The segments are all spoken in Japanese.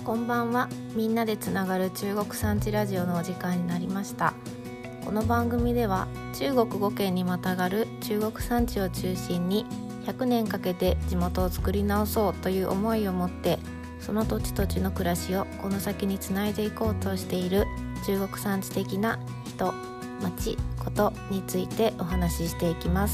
こんばんは。みんなでつながる中国産地ラジオのお時間になりました。この番組では中国5県にまたがる中国産地を中心に100年かけて地元を作り直そうという思いを持って、その土地土地の暮らしをこの先につないでいこうとしている中国産地的な人、町、ことについてお話ししていきます。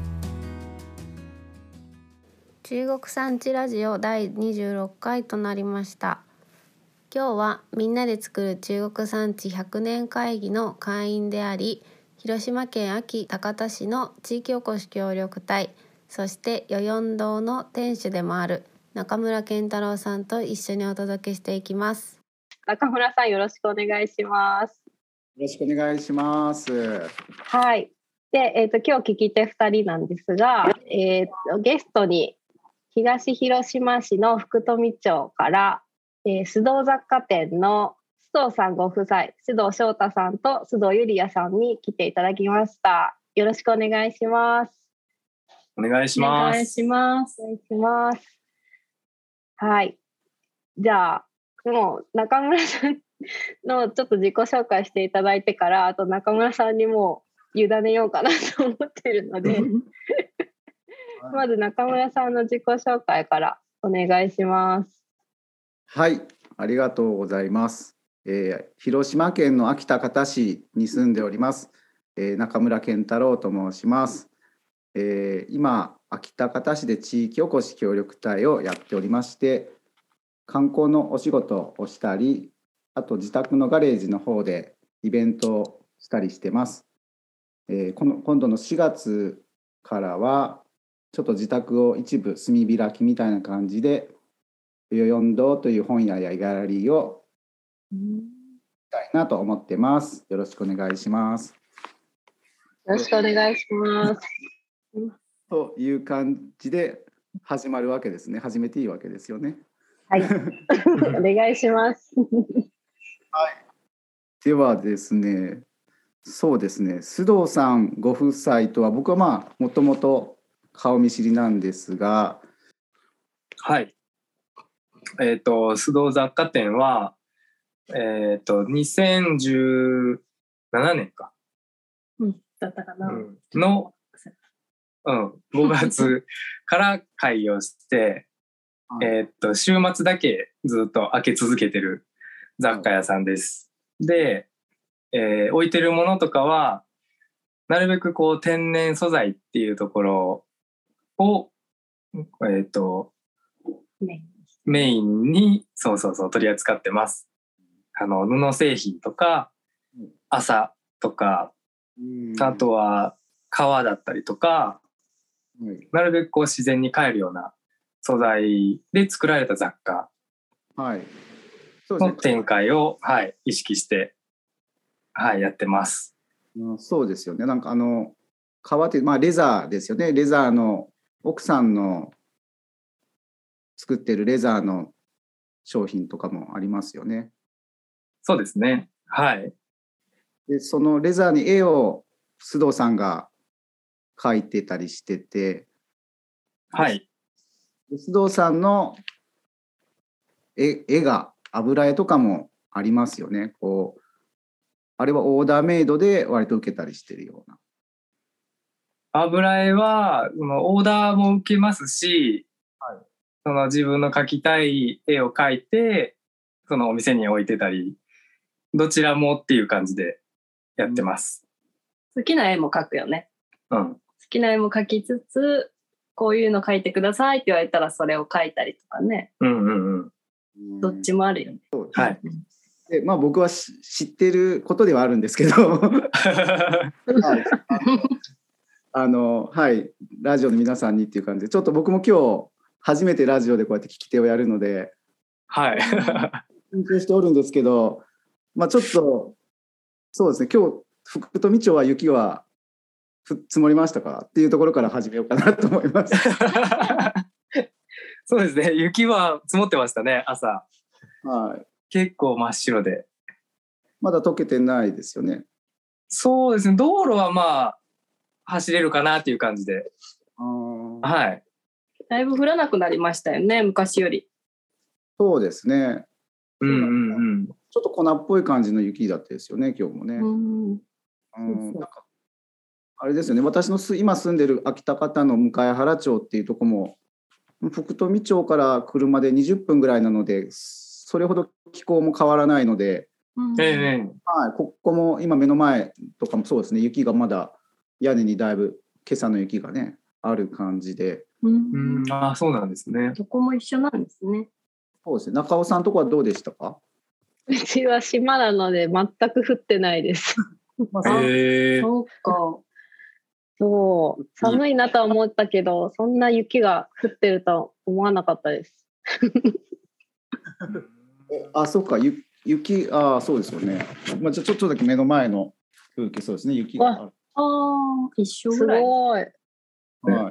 中国産地ラジオ第26回となりました。今日はみんなで作る中国産地100年会議の会員であり、広島県安芸高田市の地域おこし協力隊、そして余四堂の店主でもある中村健太郎さんと一緒にお届けしていきます。 中村さん、よろしくお願いします。 よろしくお願いします。 はい。で、今日聞き手2人なんですが、ゲストに東広島市の福富町から、須藤雑貨店の須藤さんご夫妻、須藤翔太さんと須藤ゆりやさんに来ていただきました。よろしくお願いします。 お願いします。 お願いします。お願いします。はい。じゃあ、もう中村さんのちょっと自己紹介していただいてから、あと中村さんにもう委ねようかなと思ってるのでまず中村さんの自己紹介からお願いします。 はい、ありがとうございます。広島県の安芸高田市に住んでおります、中村健太郎と申します。今安芸高田市で地域おこし協力隊をやっておりまして、観光のお仕事をしたり、あと自宅のガレージの方でイベントをしたりしてます。今度の4月からはちょっと自宅を一部炭開きみたいな感じで、余四堂という本屋やギャラリーをしたいなと思ってます。よろしくお願いします。 よろしくお願いします。 という感じで始まるわけですね。始めていいわけですよね。 はい。お願いします。 はい。ではですね、そうですね、須藤さんご夫妻とは僕はもともと顔見知りなんですが、 はい。須藤雑貨店は2017年か、 だったかな、 の、5月から開業して、週末だけずっと開け続けてる雑貨屋さんです。で、置いてるものとかはなるべくこう天然素材っていうところをメインにそう取り扱ってます。布製品とか麻とか、あとは革だったりとか、なるべくこう自然に帰るような素材で作られた雑貨の展開を、意識して、やってます。 そうですよね。なんか革ってレザーですよね。レザーの奥さんの作ってるレザーの商品とかもありますよね。 そうですね。はい。 でそのレザーに絵を須藤さんが描いてたりしてて、 はい。 須藤さんの絵が油絵とかもありますよね。こうあれはオーダーメイドで割と受けたりしてるような。 油絵はオーダーも受けますし、その自分の描きたい絵を描いてそのお店に置いてたり、どちらもっていう感じでやってます。 好きな絵も描くよね。 好きな絵も描きつつ、こういうの描いてくださいって言われたらそれを描いたりとかね。どっちもあるよね。 はい。で僕は知ってることではあるんですけどラジオの皆さんにっていう感じで、ちょっと僕も今日初めてラジオでこうやって聞き手をやるので、緊張しておるんですけど、ちょっとそうですね、今日福富町は雪は積もりましたかっていうところから始めようかなと思います。 そうですね、雪は積もってましたね、朝。結構真っ白で。 まだ溶けてないですよね。 そうですね、道路は走れるかなっていう感じで。 だいぶ降らなくなりましたよね、昔より。 そうですね。 うんうんうん。 ちょっと粉っぽい感じの雪だったですよね、今日もね。なんかあれですよね、私の今住んでる秋田方の向原町っていうとこも、福富町から車で20分ぐらいなので、それほど気候も変わらないので、はい、ここも今目の前とかもそうですね、雪がまだ屋根にだいぶ今朝の雪がねある感じで、 ああそうなんですね。 どこも一緒なんですね。 そうですね。中尾さんとこはどうでしたか？ うちは島なので全く降ってないです。 そうか。 そう寒いなとは思ったけど、そんな雪が降ってるとは思わなかったです。 あ、そうか、雪、そうですよね。まあ、ちょっとだけ目の前の風景、そうですね、雪がある。 一緒ぐらい。 すごい。 はい。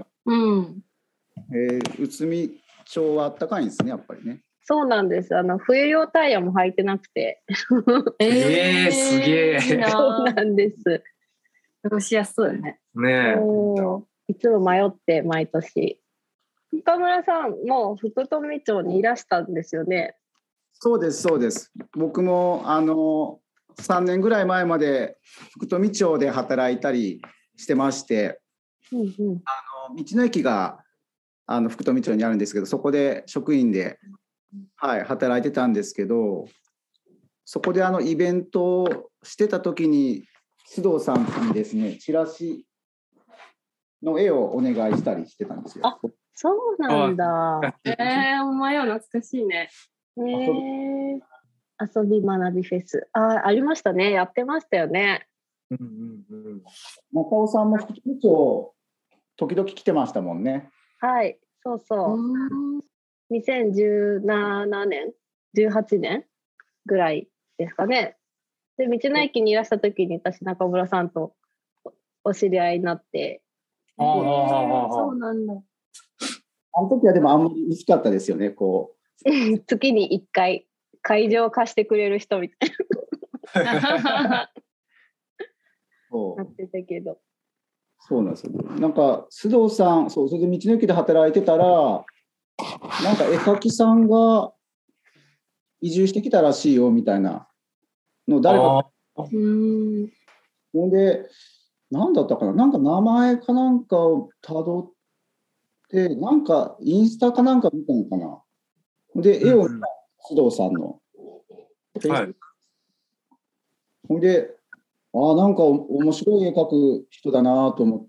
内海町は暖かいんですね、やっぱりね。 そうなんです。冬用タイヤも履いてなくて。 すげえ。 そうなんです。 過ごしやすそうね。 ねえ。いつも迷って毎年。岡村さんも福富町にいらしたんですよね。 そうですそうです。僕も3年ぐらい前まで福富町で働いたりしてまして、道の駅が福富町にあるんですけど、そこで職員で、はい、働いてたんですけど、そこでイベントをしてた時に須藤さんにですね、チラシの絵をお願いしたりしてたんですよ。 あ、そうなんだ。 お前は懐かしいね。 遊び学びフェス。ありましたね。やってましたよね。 中尾さんも福富町時々来てましたもんね。 はい、そうそう。2017年、18年ぐらいですかね。で、道の駅にいらした時に私、中村さんとお知り合いになって。 そうなんだ。 あの時はでもあんまり薄かったですよね、こう。月に1回、会場を貸してくれる人みたいな。なってたけど。 そうなんですよ。なんか須藤さん、それで道の駅で働いてたら、なんか絵描きさんが移住してきたらしいよみたいなのを誰か。ほんで、何だったかな、なんか名前かなんかをたどって、なんかインスタかなんか見たのかな。で、絵を見た須藤さんの。ほんで、なんか面白い絵描く人だなと思って、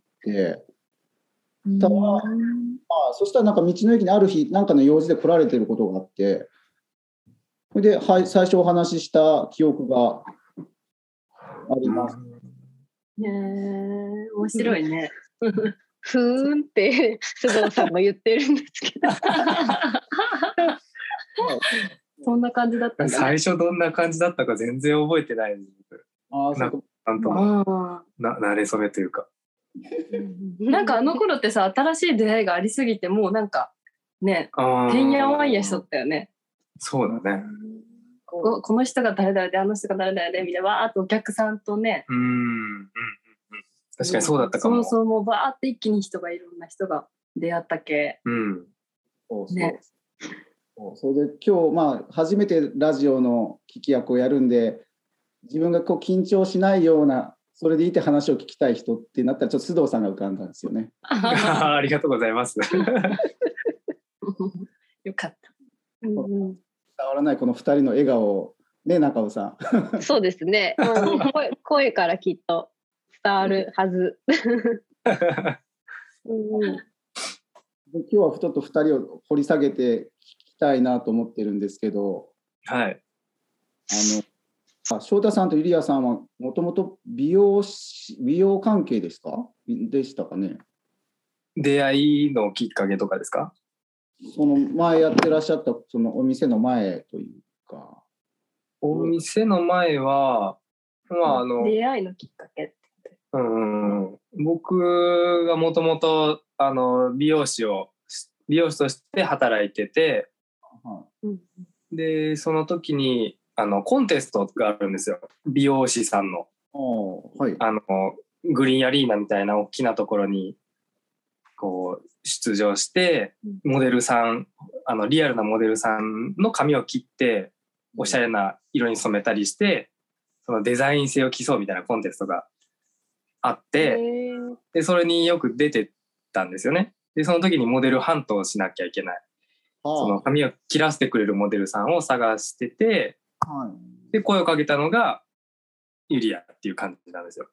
そしたらなんか道の駅にある日、なんかの用事で来られてることがあって、それで、はい、最初お話しした記憶があります。 面白いね。 ふーんって須藤さんも言ってるんですけど。 そんな感じだったんだ、ね。 最初どんな感じだったか全然覚えてないです。なんとも慣れ初めというか。 なんかあの頃ってさ、新しい出会いがありすぎて、もうなんかね、てんやわんやしとったよね。 そうだね。 この人が誰々で、あの人が誰々でみたいな、わーっとお客さんとね。 確かにそうだったかも。 そう、もうバーって一気にいろんな人が出会ったけ。 ね。それで今日、初めてラジオの聞き役をやるんで、自分がこう緊張しないような、それでいて話を聞きたい人ってなったら、ちょっと須藤さんが浮かんだんですよね。 ありがとうございます。 よかった。 伝わらないこの2人の笑顔をね、中尾さん。そうですね。声からきっと伝わるはず。 今日はちょっと2人を掘り下げて聞きたいなと思ってるんですけど、 はい。 翔太さんとゆりやさんはもともと美容関係でしたかね。 出会いのきっかけとかですか？ その前やってらっしゃったそのお店の前というか。 お店の前は、 出会いのきっかけ。 僕がもともと美容師として働いてて、でその時にコンテストがあるんですよ、美容師さんの。グリーンアリーナみたいな大きなところにこう出場して、モデルさんリアルなモデルさんの髪を切っておしゃれな色に染めたりして、そのデザイン性を競うみたいなコンテストがあって、でそれによく出てたんですよね。でその時にモデルハントをしなきゃいけない、その髪を切らせてくれるモデルさんを探してて、で声をかけたのがユリアっていう感じなんですよ。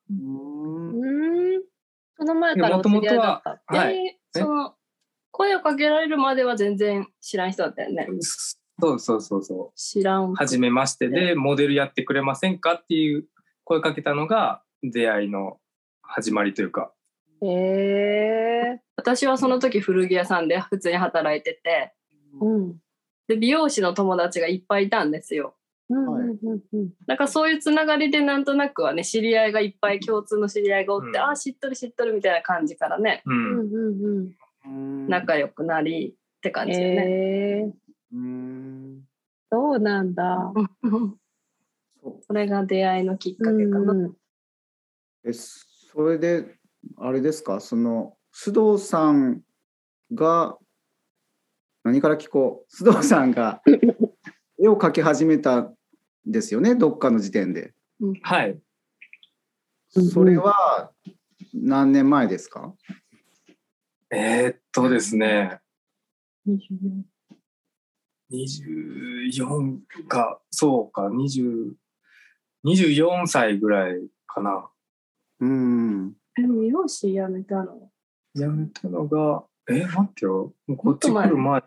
その前からお知り合いだった。 その声をかけられるまでは全然知らん人だったよね。 そう知らん。 初めましてでモデルやってくれませんかっていう声かけたのが出会いの始まりというか。 私はその時古着屋さんで普通に働いてて、で美容師の友達がいっぱいいたんですよ。なんかそういうつながりでなんとなくはね、知り合いがいっぱい、共通の知り合いがおって、知っとるみたいな感じからね、仲良くなりって感じよね。 そうなんだ。 それが出会いのきっかけかな。 それであれですか、その須藤さんが何から聞こう、須藤さんが絵を描き始めたんですよね、どっかの時点で。 はい。 それは何年前ですか？ ですね、24か、そうか、24歳ぐらいかな。 美容師辞めたのが、待ってよ、こっち来る前、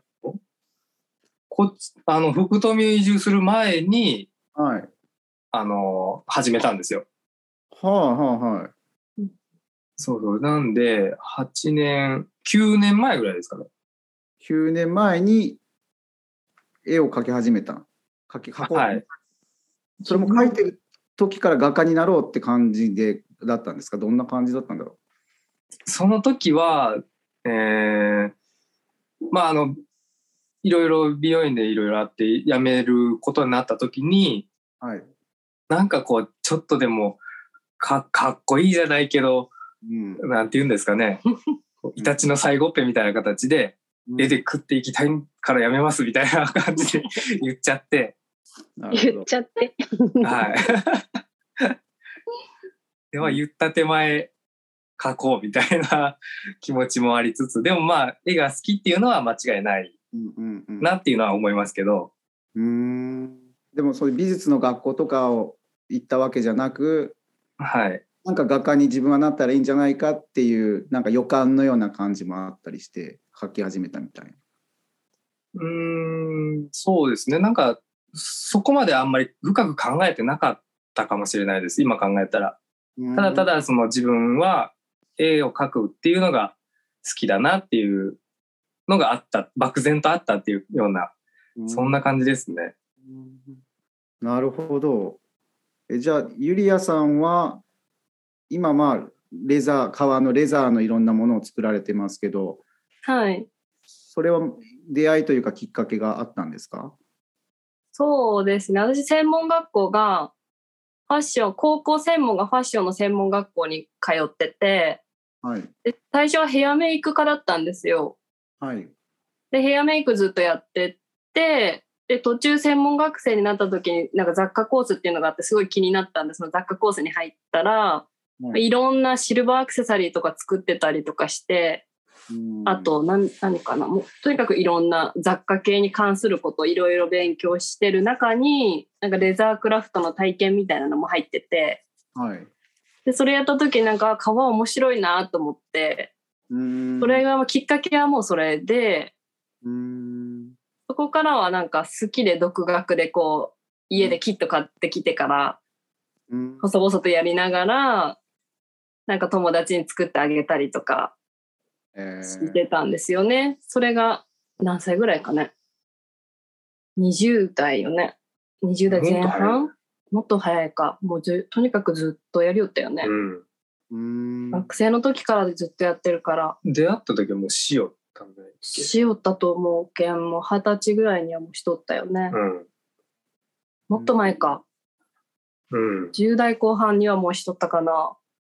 福富移住する前に、始めたんですよ。そうなんで8年9年前ぐらいですかね。 9年前に絵を描き始めた。描こう。それも描いてる時から画家になろうって感じだったんですか？どんな感じだったんだろう。その時は、いろいろ美容院でいろいろあって辞めることになった時に、なんかこうちょっとでもかっこいいじゃないけど、なんて言うんですかね、イタチの最後っぺみたいな形で、絵で食っていきたいからやめますみたいな感じで言っちゃって。 言っちゃって。 では言った手前描こうみたいな気持ちもありつつ、でも絵が好きっていうのは間違いないなっていうのは思いますけど。 でもそういう美術の学校とかを行ったわけじゃなく、なんか画家に自分はなったらいいんじゃないかっていうなんか予感のような感じもあったりして描き始めたみたいな。 そうですね。なんかそこまであんまり深く考えてなかったかもしれないです、今考えたら。ただただその自分は絵を描くっていうのが好きだなっていうのがあった、漠然とあったっていうような、そんな感じですね。 なるほど。じゃあユリアさんは今革のレザーのいろんなものを作られてますけど、それは出会いというかきっかけがあったんですか？ そうですね、私専門学校がファッション、高校専門がファッションの専門学校に通ってて、で最初はヘアメイク科だったんですよ。でヘアメイクずっとやってて、で途中専門学生になった時になんか雑貨コースっていうのがあってすごい気になったんで、その雑貨コースに入ったら、いろんなシルバーアクセサリーとか作ってたりとかして、あと何かな、もうとにかくいろんな雑貨系に関することをいろいろ勉強してる中に、なんかレザークラフトの体験みたいなのも入ってて、でそれやった時なんか革面白いなと思って、それがきっかけはもうそれで、そこからはなんか好きで独学でこう家でキット買ってきてから細々とやりながら、なんか友達に作ってあげたりとかしてたんですよね。それが何歳ぐらいかね。20代よね。20代前半？もっと早いか。もうとにかくずっとやりよったよね。学生の時からずっとやってるから。 出会った時はもうしよったんだよ。 しよったと思うけん、もう20歳ぐらいにはもうしとったよね。もっと前か。10代後半にはもうしとったかな。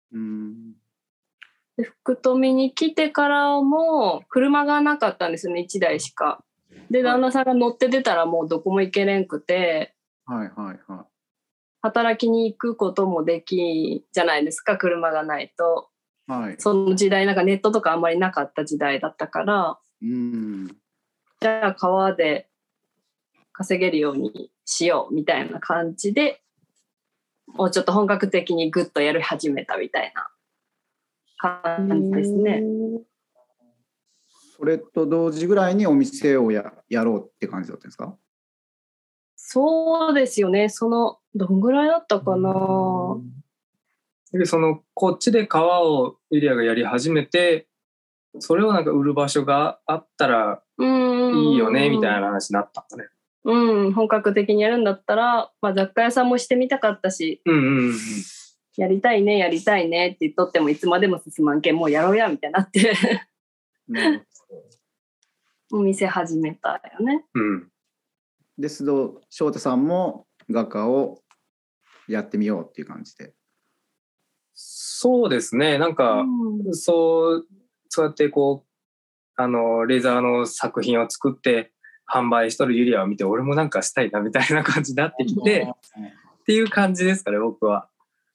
で福富に来てからも車がなかったんですよね、1台しか。で旦那さんが乗って出たらもうどこも行けれんくて、 はいはいは働きに行くこともできじゃないですか、車がないと。 い。はい。 その時代なんかネットとかあんまりなかった時代だったから、じゃあ川で稼げるようにしようみたいな感じで、もうちょっと本格的にグッとやり始めたみたいな感じですね。 それと同時ぐらいにお店をやろうって感じだったんですか？ そうですよね。どんぐらいだったかな。 でこっちで革をユリアがやり始めて、それをなんか売る場所があったらいいよねみたいな話になったんだね。 本格的にやるんだったら、雑貨屋さんもしてみたかったし、やりたいねって言っとってもいつまでも進まんけん、もうやろうやみたいになってお店始めたよね。 で須藤翔太さんも画家をやってみようっていう感じで。 そうですね。なんか、そうやってこうレザーの作品を作って販売しとるユリアを見て、俺もなんかしたいなみたいな感じになってきてっていう感じですかね、僕は。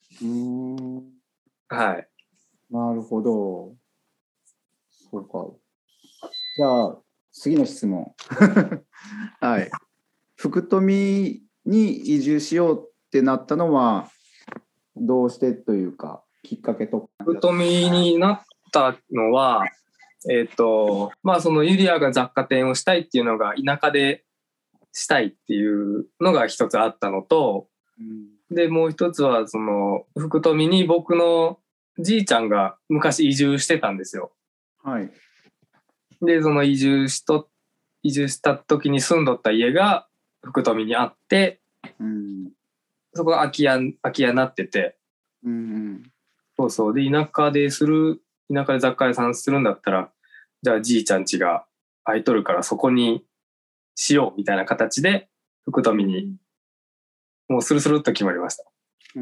はい。 なるほど。そうか。じゃあ次の質問はい。福富に移住しようってなったのはどうしてというか、きっかけとか。 福富になったのは、そのユリアが雑貨店をしたいっていうのが田舎でしたいっていうのが一つあったのと、でもう一つはその福富に僕のじいちゃんが昔移住してたんですよ。 はい。 でその移住した時に住んどった家が福富にあって、そこが空き家になってて、そうで田舎で雑貨屋さんするんだったら、じゃあじいちゃん家が空いとるからそこにしようみたいな形で福富にもうスルスルっと決まりました。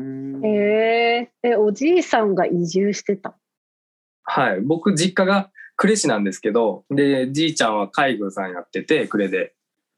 おじいさんが移住してた？ はい、僕実家が呉市なんですけど、でじいちゃんは海軍さんやってて呉で。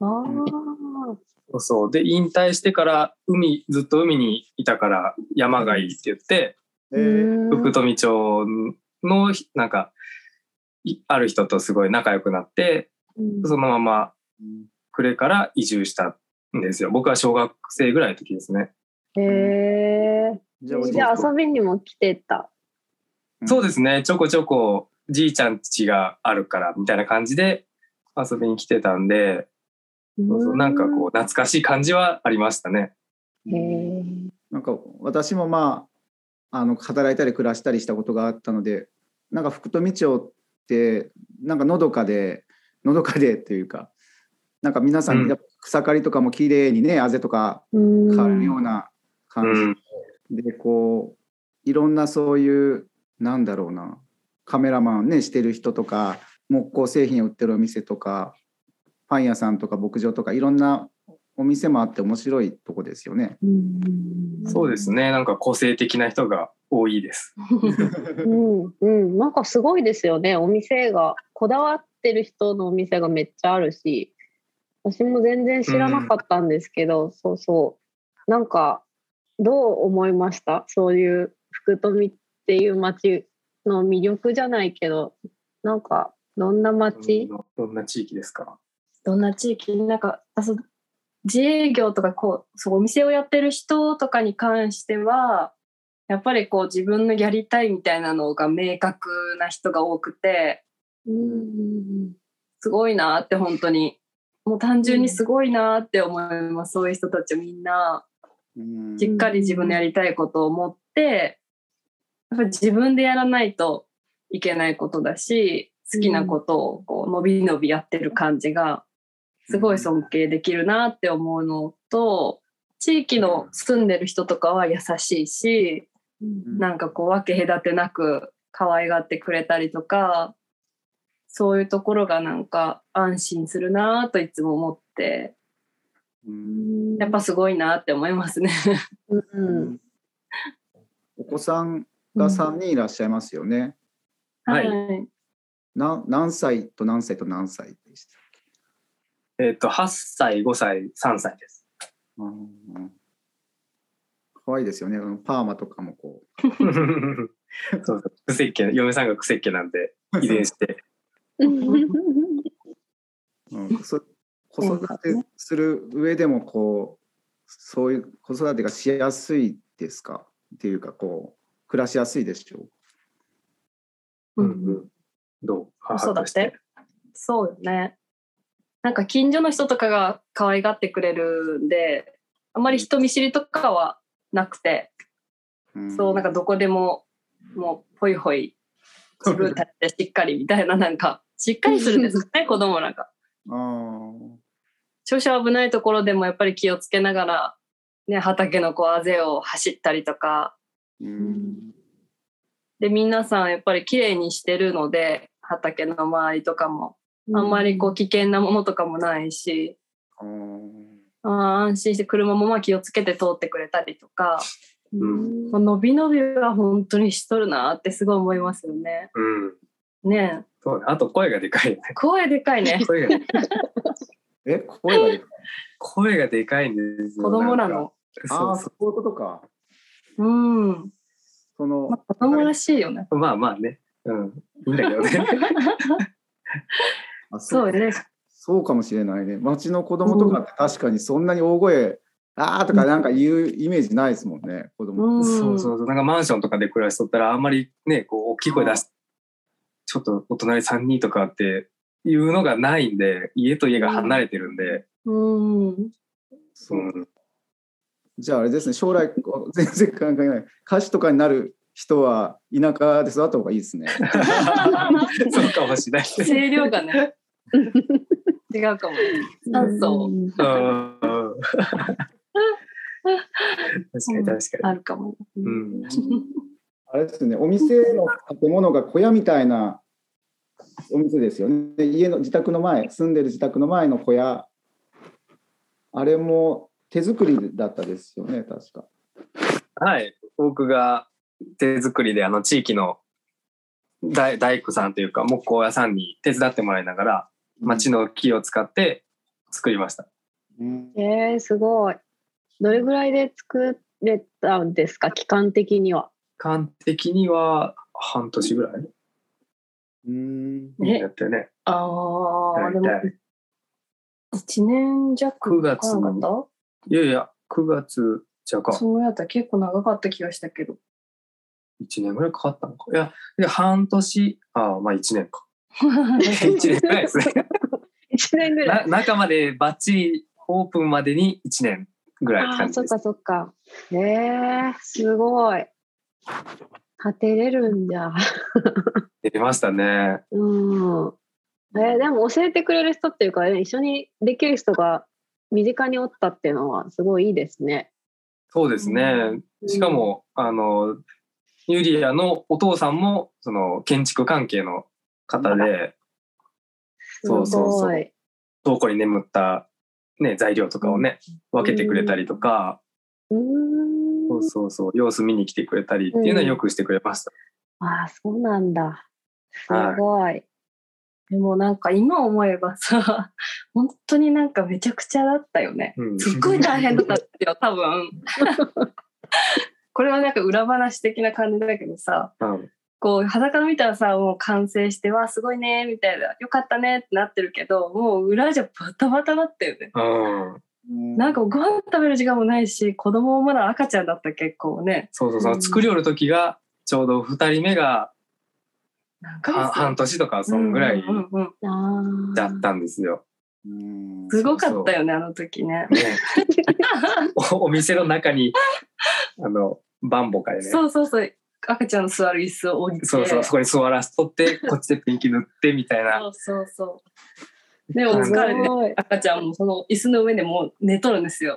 そうで引退してからずっと海にいたから山がいいって言って、福富町のなんかある人とすごい仲良くなって、そのまま呉から移住したんですよ。僕は小学生ぐらいの時ですね。 じゃあ遊びにも来てた？ そうですね。ちょこちょこじいちゃん家があるからみたいな感じで遊びに来てたんで、なんかこう懐かしい感じはありましたね。 なんか私も働いたり暮らしたりしたことがあったので、なんか福富町ってなんかのどかでっていうか、なんか皆さん、草刈りとかも綺麗にね、あぜとか刈るような感じで、こういろんなそういうなんだろうな、カメラマンねしてる人とか、木工製品を売ってるお店とか、パン屋さんとか牧場とかいろんなお店もあって面白いとこですよね。 そうですね。なんか個性的な人が多いです。 なんかすごいですよね。お店がこだわってる人のお店がめっちゃあるし、私も全然知らなかったんですけど、なんかどう思いました？そういう福富っていう街の魅力じゃないけど、なんかどんな街？ どんな地域ですか？ どんな地域？なんか自営業とかお店をやってる人とかに関してはやっぱり自分のやりたいみたいなのが明確な人が多くて、すごいなって本当にもう単純にすごいなって思います。そういう人たちみんなしっかり自分のやりたいことを持ってやっぱり自分でやらないといけないことだし、好きなことをのびのびやってる感じがすごい尊敬できるなって思うのと、地域の住んでる人とかは優しいし、なんか分け隔てなく可愛がってくれたりとか、そういうところがなんか安心するなといつも思って、やっぱすごいなって思いますね。 お子さんが3人いらっしゃいますよね。 はい。 何歳と何歳と何歳でした？ 8歳、5歳、3歳です。 可愛いですよね。パーマとかもこう。 そうそう、癖っ気、嫁さんが癖っ気なんで遺伝して。子育てする上でもこうそういう子育てがしやすいですかっていうかこう暮らしやすいでしょう。どう？ 子育て？そうよね。なんか近所の人とかが可愛がってくれるんで、あまり人見知りとかはなくて、そうなんかどこでももうホイホイ自分たちでしっかりみたいな、なんかしっかりするんですね子供なんか。少々危ないところでもやっぱり気をつけながら、ね、畑のこうあぜを走ったりとか、で皆さんやっぱりきれいにしてるので、畑の周りとかもあんまりこう危険なものとかもないし、安心して車もまあ気をつけて通ってくれたりとか、のびのびは本当にしとるなってすごい思いますよね。ねえ。 そう、あと声がでかいね。 声でかいね。 声がでかい。 声がでかいんですよ。 子供なの。 そういうことか。 子供らしいよね。 まあまあね。いいんだけどね。 そうね。 そうかもしれないね。町の子供とかって確かにそんなに大声あーとかなんか言うイメージないですもんね、子供。 そうなんかマンションとかで暮らしとったらあんまりねこう大きい声出してちょっとお隣3人とかっていうのがないんで、家と家が離れてるんで。 じゃああれですね、将来全然考えない歌手とかになる人は田舎で育った方がいいですね。 そうかもしれない。 声量がね違うかも。 確かにあるかも。 あれですね、お店の建物が小屋みたいなお店ですよね。家の自宅の前、住んでる自宅の前の小屋、あれも手作りだったですよね、確か。 はい、僕が手作りで地域の大工さんというか木工屋さんに手伝ってもらいながら町の木を使って作りました。 すごい。どれぐらいで作れたんですか、期間的には？ 期間的には半年ぐらいやってね。 でも1年弱 9月いや9月じゃか。 そうやったら結構長かった気がしたけど。 1年ぐらいかかったのか。いやで半年まあ1年か。1年ぐらいですね。 1年ぐらい。 中までバッチリオープンまでに1年ぐらいって感じです。 そっか。すごい。立てれるんじゃ。 出ましたね。 でも教えてくれる人っていうか、一緒にできる人が身近におったっていうのはすごいいいですね。 そうですね。しかもユリアのお父さんもその建築関係の方で、倉庫に眠ったね材料とかをね分けてくれたりとか、そう様子見に来てくれたりっていうのはよくしてくれました。 そうなんだ。すごい。 でもなんか今思えばさ、本当になんかめちゃくちゃだったよね。すっごい大変だったよ多分。これはなんか裏話的な感じだけどさ、こう裸見たらさ、もう完成してわすごいねみたいな、よかったねってなってるけど、もう裏じゃバタバタだったよね。なんかご飯食べる時間もないし、子供もまだ赤ちゃんだった結構ね。 作りおる時がちょうど2人目が半年とかそんぐらいだったんですよ。 すごかったよねあの時ね。 お店の中にバンボかでね。 そう赤ちゃんの座る椅子を置いて、そこに座らせとってこっちでペンキ塗ってみたいな。 でも疲れて赤ちゃんもその椅子の上でもう寝とるんですよ。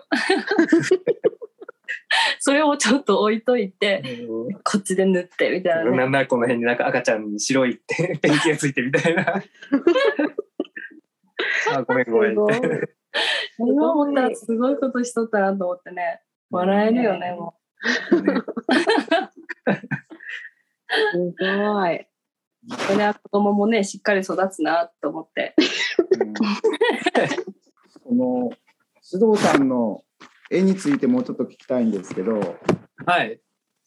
それをちょっと置いといて、こっちで塗ってみたいな、ね。 なんだこの辺になんか赤ちゃんに白いってペンキがついてみたいな。ごめん。 今思ったらすごいことしとったなと思ってね、笑えるよねもう。 すごい。 それは子供もねしっかり育つなと思って。 その須藤さんの絵についてもうちょっと聞きたいんですけど、 はい。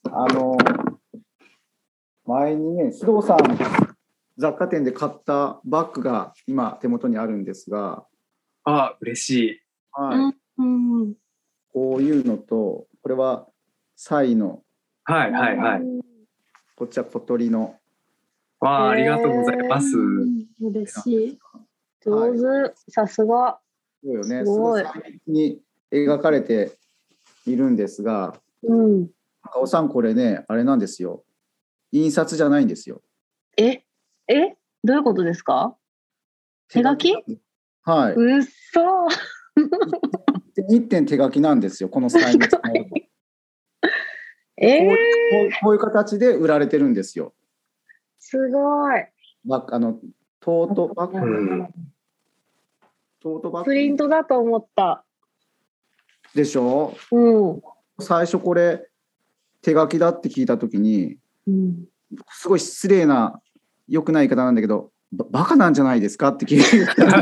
前にね、須藤さん雑貨店で買ったバッグが今手元にあるんですが、 あ、嬉しい。 はい。こういうのと、これはサイの、 はいはいはい。 こっちは小鳥の。 ありがとうございます。 嬉しい。 上手、さすが。 そうよね。すごい細密に描かれているんですが、中尾さん、これね、あれなんですよ。印刷じゃないんですよ。 どういうことですか？手書き？ はい。 うっそ。 一点手書きなんですよ、この細密の。こういう形で売られてるんですよ。 すごい。 トートバッグ。 プリントだと思った。 でしょ？最初これ手書きだって聞いたときに、すごい失礼な良くない言い方なんだけど、バカなんじゃないですかって聞いて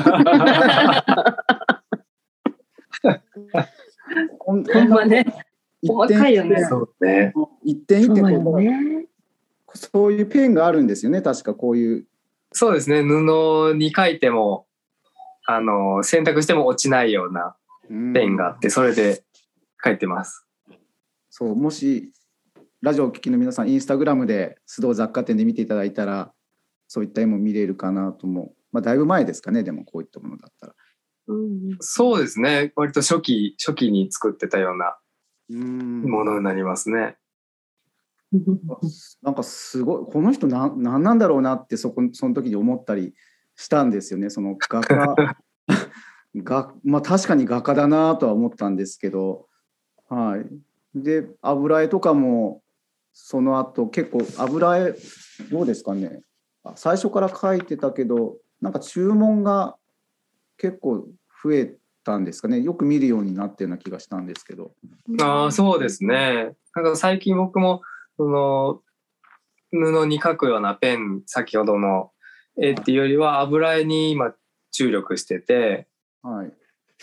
ほんまね、細かいよね。 一点一点そういうペンがあるんですよね、確かこういう。 そうですね、布に書いても選択しても落ちないようなペンがあって、それで書いてます。 そう、もしラジオをお聞きの皆さん、インスタグラムで須藤雑貨店で見ていただいたら、そういった絵も見れるかなと思う。だいぶ前ですかね、でもこういったものだったら。 そうですね、割と初期に作ってたようなものになりますね。 なんかすごい、この人なんなんだろうなってその時に思ったりしたんですよね。その画家確かに画家だなとは思ったんですけど、はい。で油絵とかもその後結構油絵どうですかね。最初から描いてたけど、なんか注文が結構増えたんですかね。よく見るようになってるような気がしたんですけど。 そうですね。なんか最近僕もその布に描くようなペン、先ほどの絵っていうよりは油絵に今注力してて、 はい。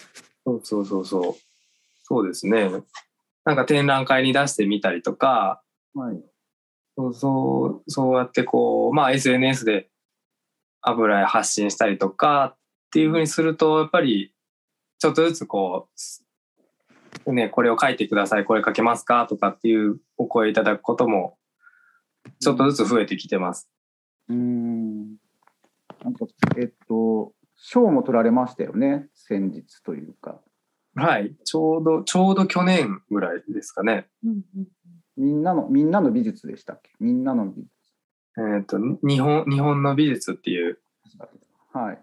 そうですね。なんか展覧会に出してみたりとか、 はい。 そうやってこう、SNS で油絵発信したりとかっていう風にすると、やっぱりちょっとずつこうね、これを書いてください、これ書けますかとかっていうお声いただくこともちょっとずつ増えてきてます。 なんか賞も取られましたよね、先日というか。 はい、ちょうど去年ぐらいですかね。 みんなの美術でしたっけ？みんなの美術。 日本の美術っていう、 はい 、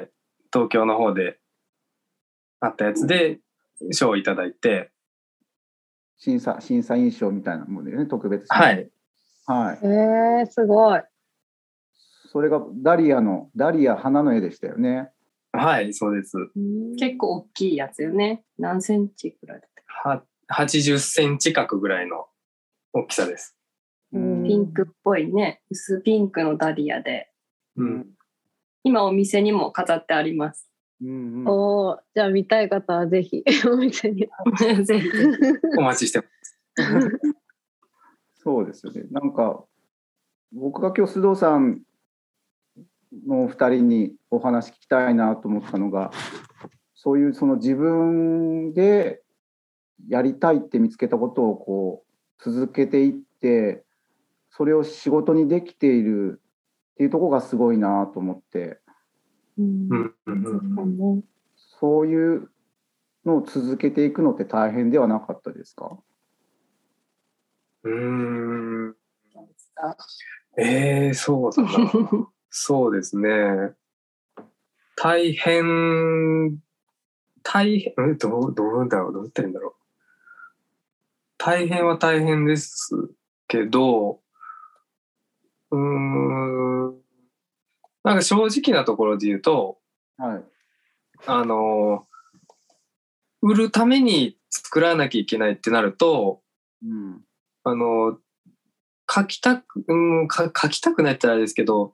東京の方であったやつで賞をいただいて、 審査員賞みたいなものでね、特別はい。 すごい。 それがダリア花の絵でしたよね。 はい、そうです。 結構大きいやつよね。何センチぐらいだった？ 80センチ角ぐらいの大きさです。 ピンクっぽいね、薄ピンクのダリアで、今お店にも飾ってあります。 じゃあ見たい方はぜひお店にぜひお待ちしてますそうですよね。なんか僕が今日須藤さんの2人にお話聞きたいなと思ったのが、そういうその自分でやりたいって見つけたことをこう続けていって、それを仕事にできているっていうところがすごいなと思って、そういうのを続けていくのって大変ではなかったですか？ そうだなそうですね。大変どうだろう、どう言ったらいいんだろう。大変は大変ですけど、なんか正直なところで言うと、売るために作らなきゃいけないってなると、書きたくないってあれですけど、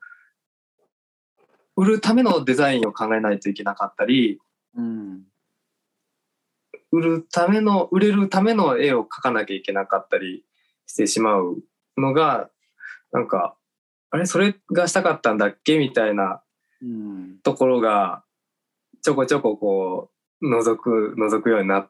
売るためのデザインを考えないといけなかったり、 売れるための絵を描かなきゃいけなかったりしてしまうのが、なんかあれそれがしたかったんだっけみたいなところがちょこちょここう覗くようになって、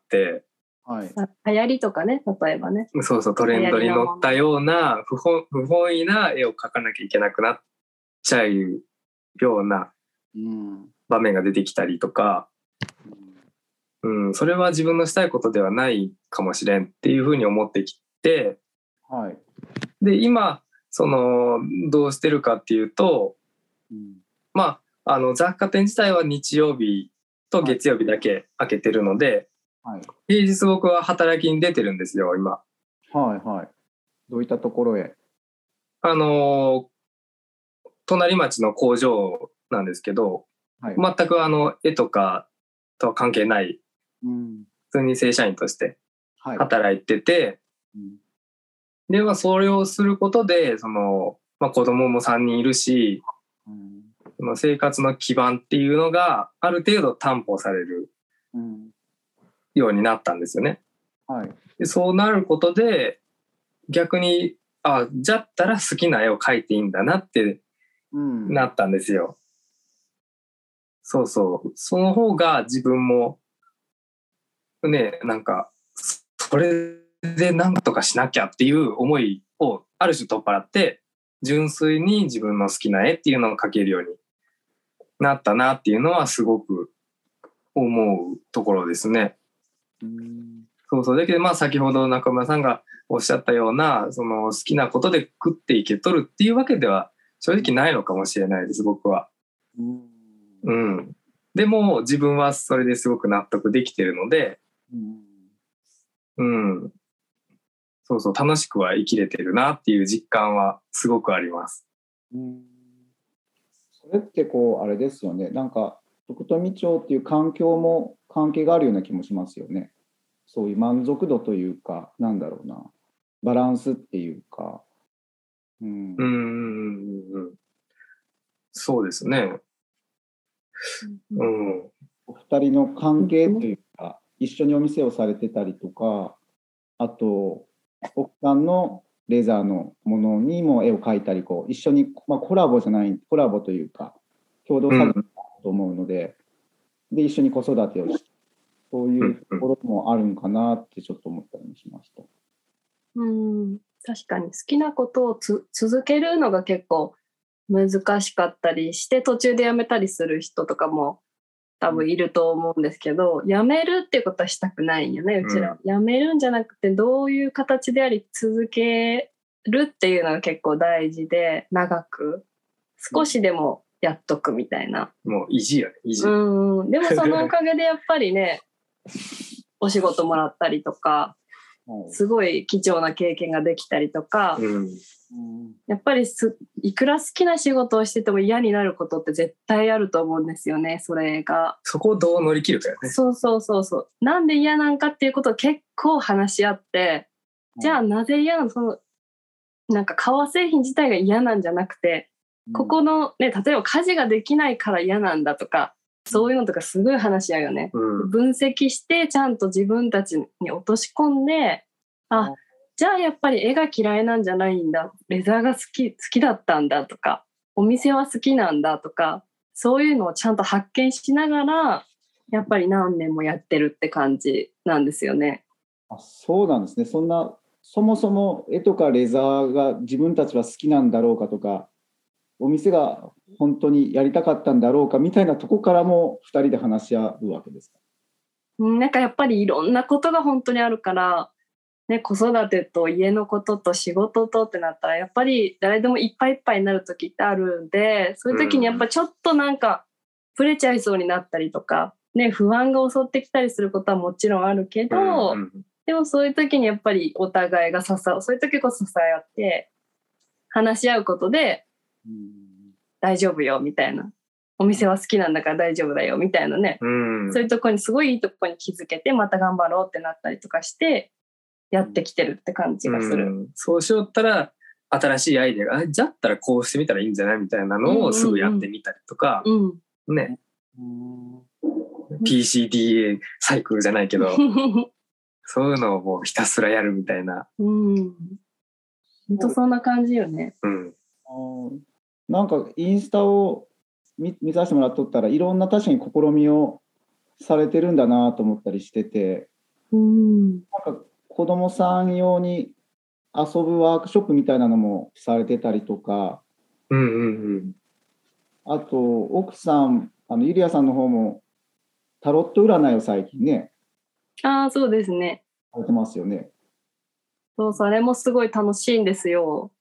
はい、 流行りとかね、例えばね、 そうそう、トレンドに乗ったような不本意な絵を描かなきゃいけなくなっちゃうような場面が出てきたりとか、それは自分のしたいことではないかもしれんっていうふうに思ってきて、 はい、 で今どうしてるかっていうと、まあ雑貨店自体は日曜日と月曜日だけ開けてるので、はい、平日僕は働きに出てるんですよ今。 はいはい。どういったところへ？ 隣町の工場なんですけど、はい、全く絵とかとは関係ない、普通に正社員として働いてて、でそれをすることで子供も3人いるし、生活の基盤っていうのがある程度担保されるようになったんですよね。はい、でそうなることで逆にじゃったら好きな絵を描いていいんだなってなったんですよ。そうそう、その方が自分もね、なんかそれで何とかしなきゃっていう思いをある種取っ払って純粋に自分の好きな絵っていうのを描けるようになったなっていうのはすごく思うところですね。そうそう。だけど先ほど中村さんがおっしゃったような好きなことで食っていけとるっていうわけでは正直ないのかもしれないです僕は。でも自分はそれですごく納得できてるので、そうそう、楽しくは生きれてるなっていう実感はすごくあります。 それってあれですよね、なんか徳富町っていう環境も関係があるような気もしますよね。そういう満足度というか、なんだろうな、バランスっていうか。 そうですね。 お二人の関係というか、一緒にお店をされてたりとか、あと奥さんのレザーのものにも絵を描いたり、一緒に、コラボというか共同作業だと思うので、で一緒に子育てをして、そういうところもあるんかなってちょっと思ったりもしました。 確かに好きなことを続けるのが結構難しかったりして途中でやめたりする人とかも多分いると思うんですけど、やめるっていうことはしたくないよね、うちら。やめるんじゃなくてどういう形であり続けるっていうのが結構大事で、長く少しでもやっとくみたいな。 もう意地やね、意地。 でもそのおかげでやっぱりねお仕事もらったりとか、すごい貴重な経験ができたりとか、やっぱりいくら好きな仕事をしてても嫌になることって絶対あると思うんですよね。それがそこをどう乗り切るかよね。 そうなんで嫌なんかっていうことを結構話し合って、じゃあなぜ嫌なの、なんか革製品自体が嫌なんじゃなくて、ここのね、例えば家事ができないから嫌なんだとか、そういうのとかすごい話し合うよね。分析してちゃんと自分たちに落とし込んで、じゃあやっぱり絵が嫌いなんじゃないんだ、レザーが好きだったんだとか、お店は好きなんだとか、そういうのをちゃんと発見しながらやっぱり何年もやってるって感じなんですよね。 そうなんですね。そもそも絵とかレザーが自分たちは好きなんだろうかとか、お店が本当にやりたかったんだろうかみたいなとこからも2人で話し合うわけですか？ なんかやっぱりいろんなことが本当にあるから、ね、子育てと家のことと仕事とってなったらやっぱり誰でもいっぱいいっぱいになる時ってあるんで、そういう時にやっぱちょっとなんかブレちゃいそうになったりとか、ね、不安が襲ってきたりすることはもちろんあるけど、でもそういう時にやっぱりお互いがそういう時こそ支え合って話し合うことで、大丈夫よみたいな、お店は好きなんだから大丈夫だよみたいなね、そういうとこにすごいいいとこに気づけてまた頑張ろうってなったりとかしてやってきてるって感じがする。 そうしよったら新しいアイデアがじゃったらこうしてみたらいいんじゃないみたいなのをすぐやってみたりとか、ね。 PCDA サイクルじゃないけどそういうのをもうひたすらやるみたいな。 本当そんな感じよね。 なんかインスタを見させてもらっとったらいろんな確かに試みをされてるんだなと思ったりしてて、なんか子どもさん用に遊ぶワークショップみたいなのもされてたりとか、あと奥さんゆりやさんの方もタロット占いを最近ねそうですね。 されてますよね。 そうそれもすごい楽しいんですよ。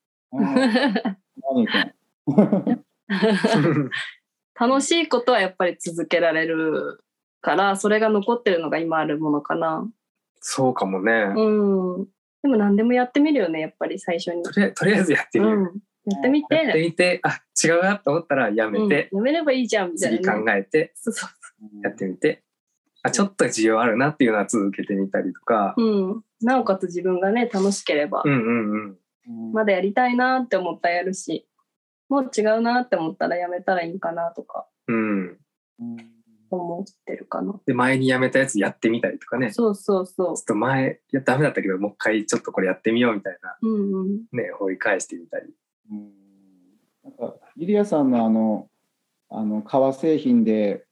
楽しいことはやっぱり続けられるからそれが残ってるのが今あるものかな。 そうかもね。 でも何でもやってみるよねやっぱり最初に。 とりあえずやってみる。 やってみて違うなと思ったらやめて、 やめればいいじゃんみたいな、 次考えてやってみて、ちょっと需要あるなっていうのは続けてみたりとか、 なおかつ自分がね楽しければ、まだやりたいなって思ったらやるし、もう違うなって思ったらやめたらいいかなとか思ってるかな。 で前にやめたやつやってみたりとかね。 そうちょっと前ダメだったけどもう一回ちょっとこれやってみようみたいな、ね掘り返してみたり。 なんかゆりやさんの革製品で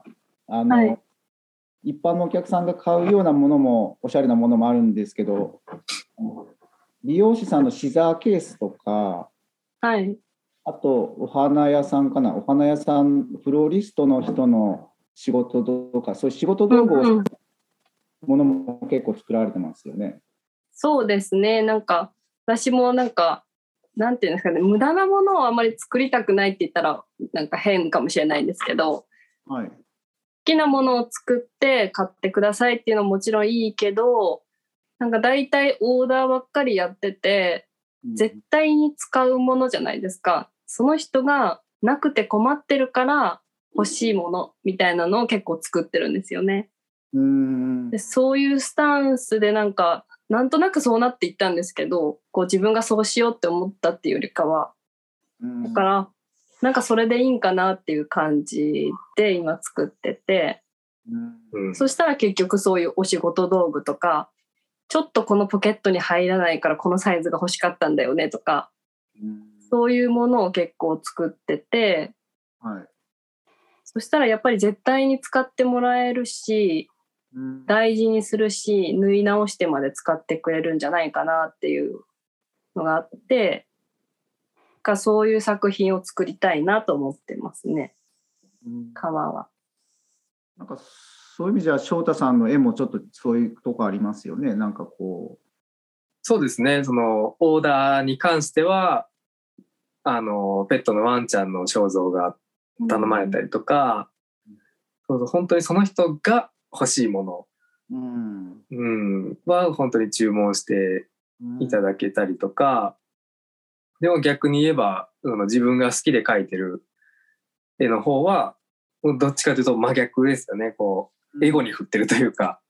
一般のお客さんが買うようなものもおしゃれなものもあるんですけど、美容師さんのシザーケースとか、あとお花屋さんフローリストの人の仕事とかそういう仕事道具をものも結構作られてますよね。 そうですね。なんか私もなんていうんですかね、無駄なものをあまり作りたくないって言ったらなんか変かもしれないんですけど、好きなものを作って買ってくださいっていうのももちろんいいけど、なんか大体オーダーばっかりやってて絶対に使うものじゃないですか。その人がなくて困ってるから欲しいものみたいなのを結構作ってるんですよね。でそういうスタンスでなんとなくそうなっていったんですけど、こう自分がそうしようって思ったっていうよりかは、だからなんかそれでいいんかなっていう感じで今作ってて、そしたら結局そういうお仕事道具とか、ちょっとこのポケットに入らないからこのサイズが欲しかったんだよねとか、そういうものを結構作ってて、そしたらやっぱり絶対に使ってもらえるし、大事にするし、縫い直してまで使ってくれるんじゃないかなっていうのがあって、そういう作品を作りたいなと思ってますね。革は。 なんかそういう意味じゃ翔太さんの絵もちょっとそういうとこありますよね。なんかこう。そうですね。 そのオーダーに関してはペットのワンちゃんの肖像が頼まれたりとか、本当にその人が欲しいもの、は本当に注文していただけたりとか、でも逆に言えば自分が好きで描いてる絵の方はどっちかというと真逆ですよね。こうエゴに振ってるというか、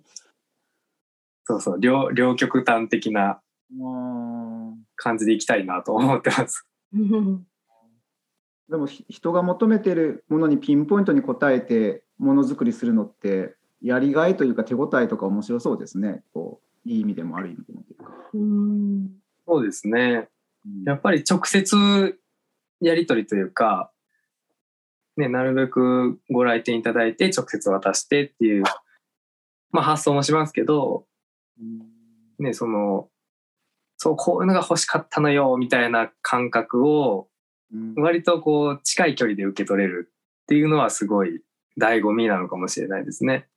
両極端的な感じでいきたいなと思ってます。 でも人が求めてるものにピンポイントに応えてものづくりするのってやりがいというか手応えとか面白そうですね。こういい意味でも悪い意味でもというか。 そうですね。やっぱり直接やり取りというか、ね、なるべくご来店いただいて直接渡してっていう、発想もしますけど、ね、こういうのが欲しかったのよみたいな感覚を割とこう近い距離で受け取れるっていうのはすごい醍醐味なのかもしれないですね。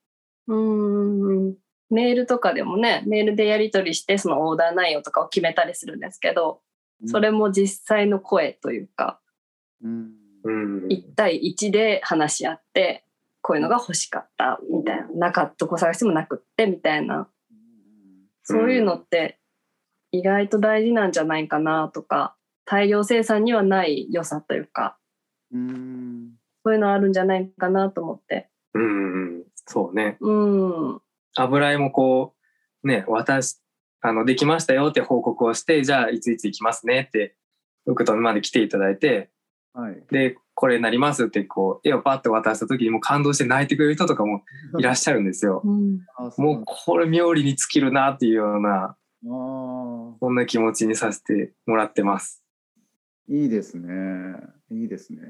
メールとかでもね、メールでやり取りしてそのオーダー内容とかを決めたりするんですけど、それも実際の声というか、1対1で話し合ってこういうのが欲しかったみたいな、どこ探してもなくってみたいな、そういうのって意外と大事なんじゃないかなとか、大量生産にはない良さというか、そういうのあるんじゃないかなと思って。 そうね。油絵もこうね、できましたよって報告をして、じゃあいついつ行きますねって福富まで来ていただいて、でこれになりますってこう絵をパッと渡した時にもう感動して泣いてくれる人とかもいらっしゃるんですよ。もうこれ妙利に尽きるなっていうようなそんな気持ちにさせてもらってます。 いいですね。いいですね。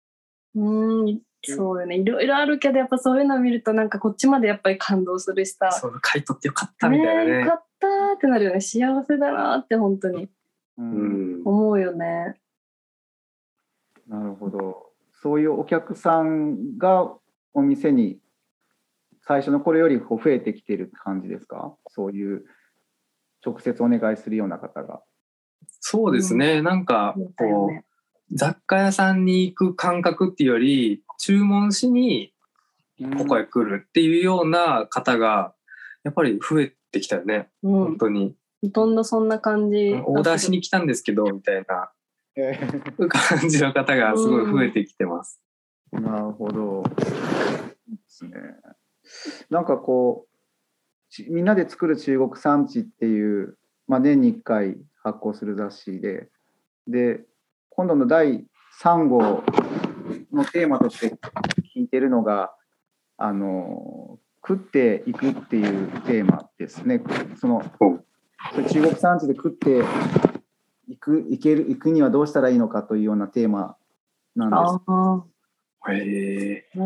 そうよね。いろいろあるけどやっぱそういうのを見るとなんかこっちまでやっぱり感動するしさ。 そう買い取ってよかったみたいなね。 よかったってなるよね。幸せだなって本当に思うよね。 なるほど。そういうお客さんがお店に最初の頃より増えてきてる感じですか？そういう直接お願いするような方が。 そうですね。なんかこう雑貨屋さんに行く感覚っていうより注文しにここへ来るっていうような方がやっぱり増えてきたよね。本当に。 ほとんどそんな感じ。 オーダーしに来たんですけどみたいな感じの方がすごい増えてきてます。 なるほど。いいですね。なんかこうみんなで作る中国産地っていう、年に1回発行する雑誌で今度の第3号のテーマとして聞いてるのが食っていくっていうテーマですね。その中国産地で食っていくにはどうしたらいいのかというようなテーマなんです。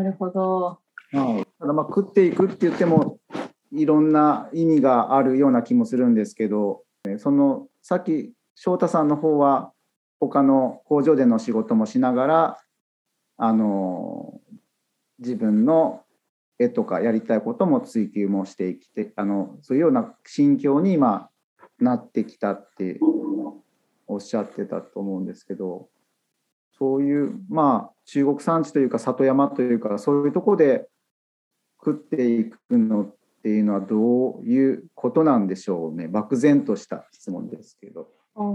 なるほど。 ただ食っていくって言ってもいろんな意味があるような気もするんですけど、さっき翔太さんの方は他の工場での仕事もしながら自分の絵とかやりたいことも追求もしてきてそういうような心境に今なってきたっておっしゃってたと思うんですけど、そういう中国産地というか里山というかそういうところで食っていくのっていうのはどういうことなんでしょうね。漠然とした質問ですけど。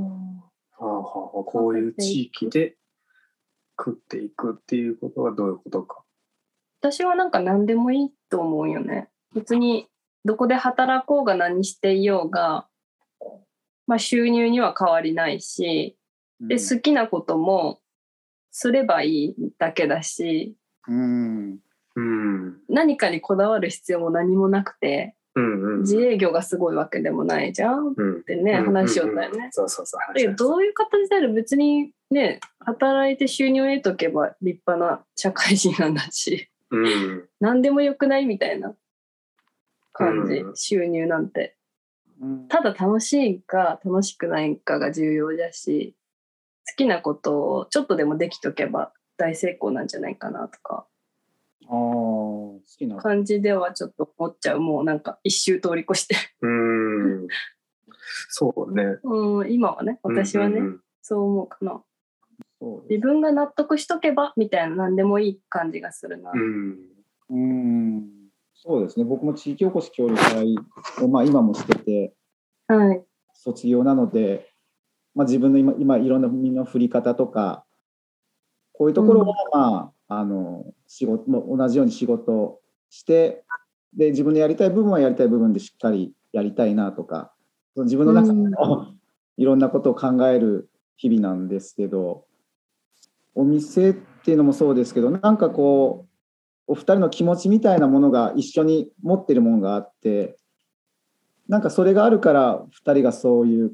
こういう地域で食っていくっていうことはどういうことか。 私はなんか何でもいいと思うよね。別にどこで働こうが何していようが、収入には変わりないし、で好きなこともすればいいだけだし、何かにこだわる必要も何もなくて、自営業がすごいわけでもないじゃんってね、話しよったよね。どういう形である別にね、働いて収入を得とけば立派な社会人なんだし、何でもよくないみたいな感じ、収入なんて。ただ楽しいか楽しくないかが重要だし、好きなことをちょっとでもできとけば大成功なんじゃないかなとか感じではちょっと思っちゃう。もうなんか一周通り越してそうね。 今はね、私はね、そう思うかな。自分が納得しとけばみたいな何でもいい感じがするな。 そうですね。僕も地域おこし協力隊を今もしてて、卒業なので、自分の今いろんな身の振り方とかこういうところは仕事も同じように仕事してで自分のやりたい部分はやりたい部分でしっかりやりたいなとか自分の中でいろんなことを考える日々なんですけど、お店っていうのもそうですけどなんかこうお二人の気持ちみたいなものが一緒に持ってるものがあってなんかそれがあるから二人がそういう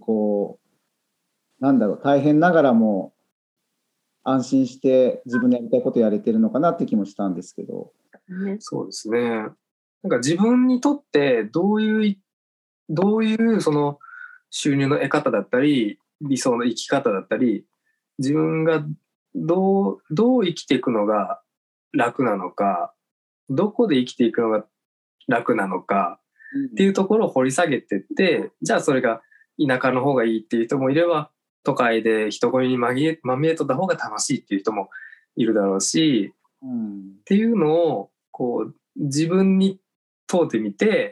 大変ながらも安心して自分のやりたいことやれてるのかなって気もしたんですけど。 そうですね。なんか自分にとってどういうその収入の得方だったり理想の生き方だったり自分がどう生きていくのが楽なのかどこで生きていくのが楽なのかっていうところを掘り下げてってじゃあそれが田舎の方がいいっていう人もいれば都会で人混みにまみれとった方が楽しいっていう人もいるだろうし、っていうのを自分に問うてみて、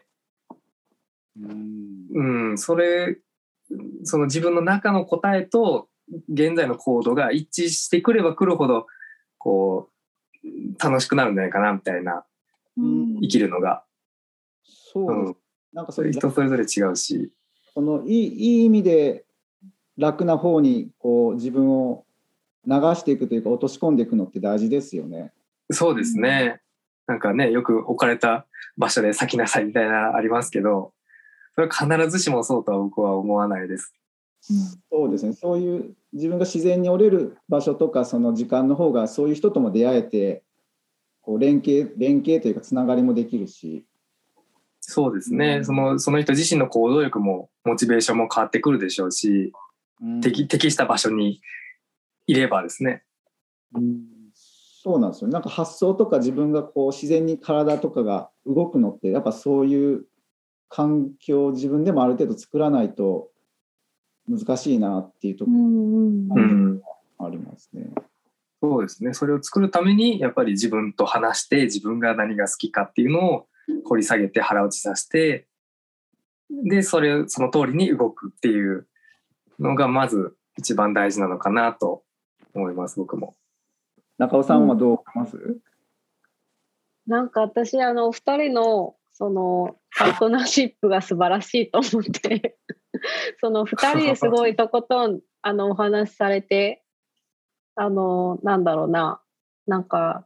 その自分の中の答えと現在の行動が一致してくればくるほど楽しくなるんじゃないかなみたいな、生きるのが。なんかそれ人それぞれ違うし、 いい意味で楽な方に自分を流していくというか落とし込んでいくのって大事ですよね。 そうですね。なんかね、よく置かれた場所で咲きなさいみたいなありますけど、それは必ずしもそうとは僕は思わないです。 そうですね。そういう自分が自然に折れる場所とかその時間の方がそういう人とも出会えて、こう連携というかつながりもできるし。 そうですね。その人自身の行動力もモチベーションも変わってくるでしょうし、適した場所にいればですね。 そうなんですよ。なんか発想とか自分がこう自然に体とかが動くのってやっぱそういう環境を自分でもある程度作らないと難しいなっていうところありますね。 そうですね。それを作るためにやっぱり自分と話して自分が何が好きかっていうのを掘り下げて腹落ちさせて、でその通りに動くっていうのがまず一番大事なのかなと思います。僕も。 中尾さんはどう思います？ なんか私お二人のそのパートナーシップが素晴らしいと思ってその二人ですごいとことんお話しされてなんだろうな、なんか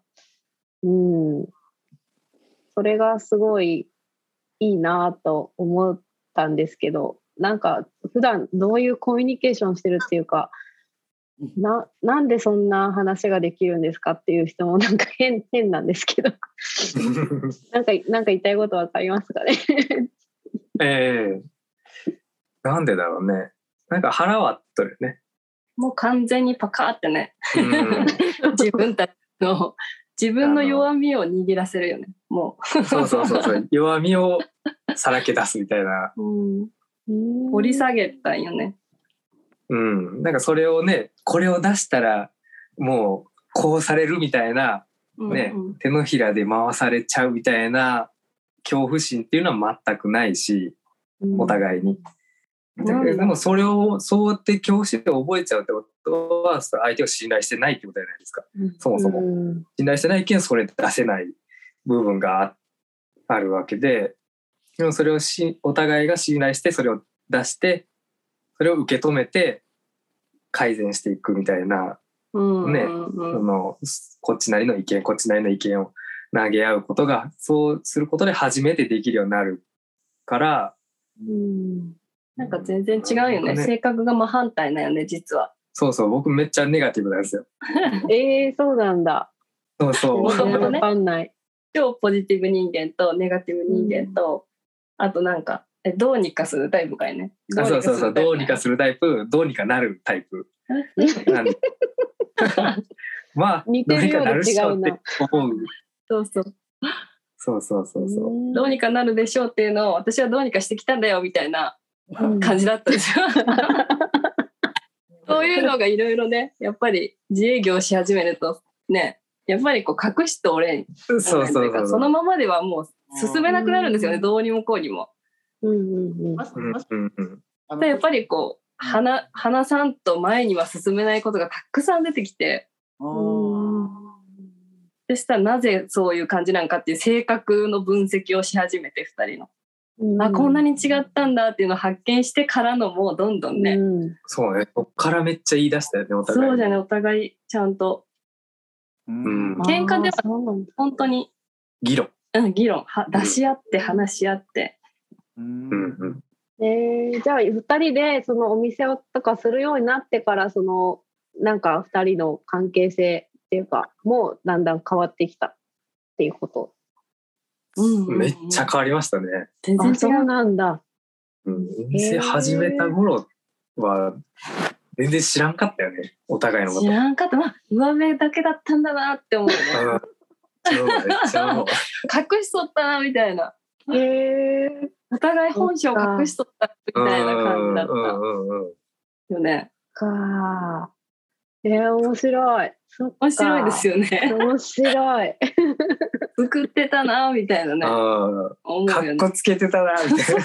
それがすごいいいなと思ったんですけど、なんか普段どういうコミュニケーションしてるっていうか、なんでそんな話ができるんですかっていう人もなんか変なんですけどなんか言いたいことわかりますかねなんでだろうね。なんか腹割っとるよね。 もう完全にパカーってね自分の弱みを握らせるよね。もうそう弱みをさらけ出すみたいな、 掘り下げたんよね。 なんかそれをね、これを出したらもうこうされるみたいな、ね、手のひらで回されちゃうみたいな恐怖心っていうのは全くないし、お互いに。でもそれをそうやって恐怖心を覚えちゃうってことは相手を信頼してないってことじゃないですか。そもそも信頼してないけんそれ出せない部分があるわけで、でもそれをお互いが信頼してそれを出してそれを受け止めて改善していくみたいな、ね、こっちなりの意見こっちなりの意見を投げ合うことが、そうすることで初めてできるようになるから、 なんか全然違うよね。性格が真反対だよね、実は。 そう僕めっちゃネガティブなんですよ。 そうなんだ。 そう分かんない。 超ポジティブ人間とネガティブ人間と、あとなんかどうにかするタイプかいね。 そうどうにかするタイプ、どうにかなるタイプまあ似てるようで違うな。 そうどうにかなるでしょうっていうのを私はどうにかしてきたんだよみたいな感じだったんですよそういうのがいろいろね、やっぱり自営業し始めるとね、やっぱりこう隠しておれん、そのままではもう進めなくなるんですよね、どうにもこうにも。やっぱりこう花さんと前には進めないことがたくさん出てきて、そしたらなぜそういう感じなんかっていう性格の分析をし始めて、2人の、こんなに違ったんだっていうのを発見してからの、もうどんどんね、 そうね、こっからめっちゃ言い出したよね、お互い。 そうじゃね、お互いちゃんと、喧嘩では本当に議論出し合って話し合って、 じゃあ2人でそのお店をとかするようになってから、そのなんか2人の関係性っていうかもうだんだん変わってきたっていうこと。 めっちゃ変わりましたね。 全然違う。 そうなんだ。 お店始めた頃は全然知らんかったよね、お互いのこと。 知らんかった。上辺だけだったんだなって思うね隠しとったなみたいな。お互い本性隠しとったみたいな感じだったよね。 面白い。 面白いですよね。 面白い。 作ってたなみたいなね。思うよね。 かっこつけてたなみたい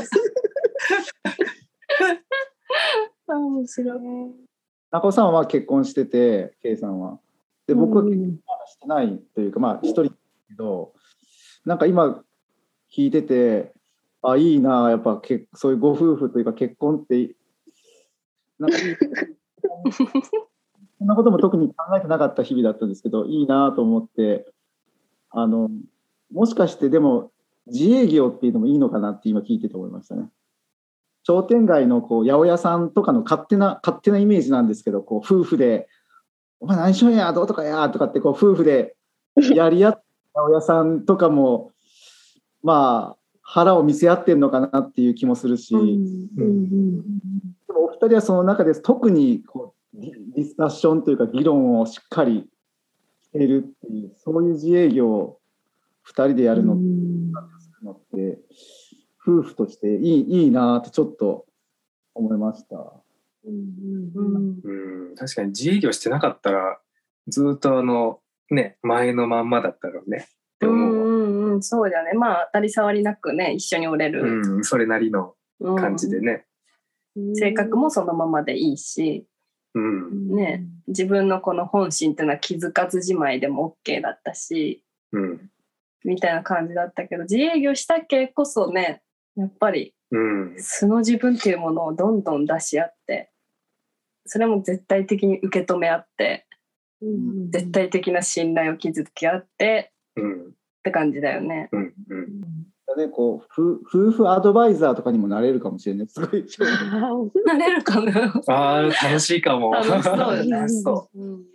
な。 面白い。 中尾さんは結婚してて、Kさんは。で、僕は結婚してないというか、一人だけど、なんか今聞いてて、いいな、やっぱそういうご夫婦というか結婚ってなんかいいそんなことも特に考えてなかった日々だったんですけど、いいなと思って、もしかしてでも自営業っていうのもいいのかなって今聞いてて思いましたね。商店街のこう八百屋さんとかの勝手なイメージなんですけど、こう夫婦で「お前何しよんやどうとかや」とかってこう夫婦でやり合って八百屋さんとかもまあ腹を見せ合ってんのかなっていう気もするし、でもお二人はその中で特にこうディスカッションというか議論をしっかりしているっていう、そういう自営業を2人でやるのって夫婦としていいなってちょっと思いました。 確かに自営業してなかったらずっとね前のまんまだったろうねって思う。 そうだね。まあ当たり障りなくね一緒におれる、 それなりの感じでね、 性格もそのままでいいし、ね、自分のこの本心っていうのは気づかずじまいでも OK だったし、みたいな感じだったけど、自営業したけこそねやっぱり素の自分っていうものをどんどん出し合って、それも絶対的に受け止め合って、絶対的な信頼を築き合って、って感じだよね。 こう夫婦アドバイザーとかにもなれるかもしれない。すごいなれるかな。 楽しいかも。 楽しそうよね。 なんか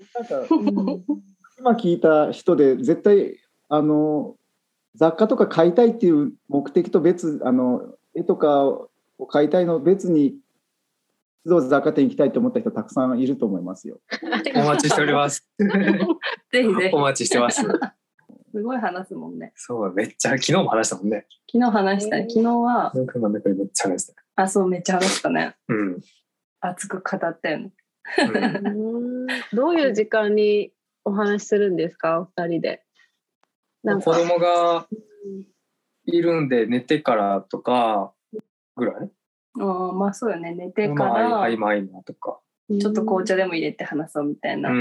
今聞いた人で絶対雑貨とか買いたいっていう目的と別、絵とかを買いたいの別にどうぞ雑貨店行きたいと思った人たくさんいると思いますよ。 お待ちしております。 ぜひぜひお待ちしてます。 すごい話すもんね。 そう、めっちゃ昨日も話したもんね。 昨日話した。昨日はめっちゃ話した。 そう、めっちゃ話したね。熱く語ったよね。 どういう時間にお話しするんですか、お二人で。 子供がいるんで寝てからとかぐらい。 まあそうよね、寝てから合間とかちょっと紅茶でも入れて話そうみたいな。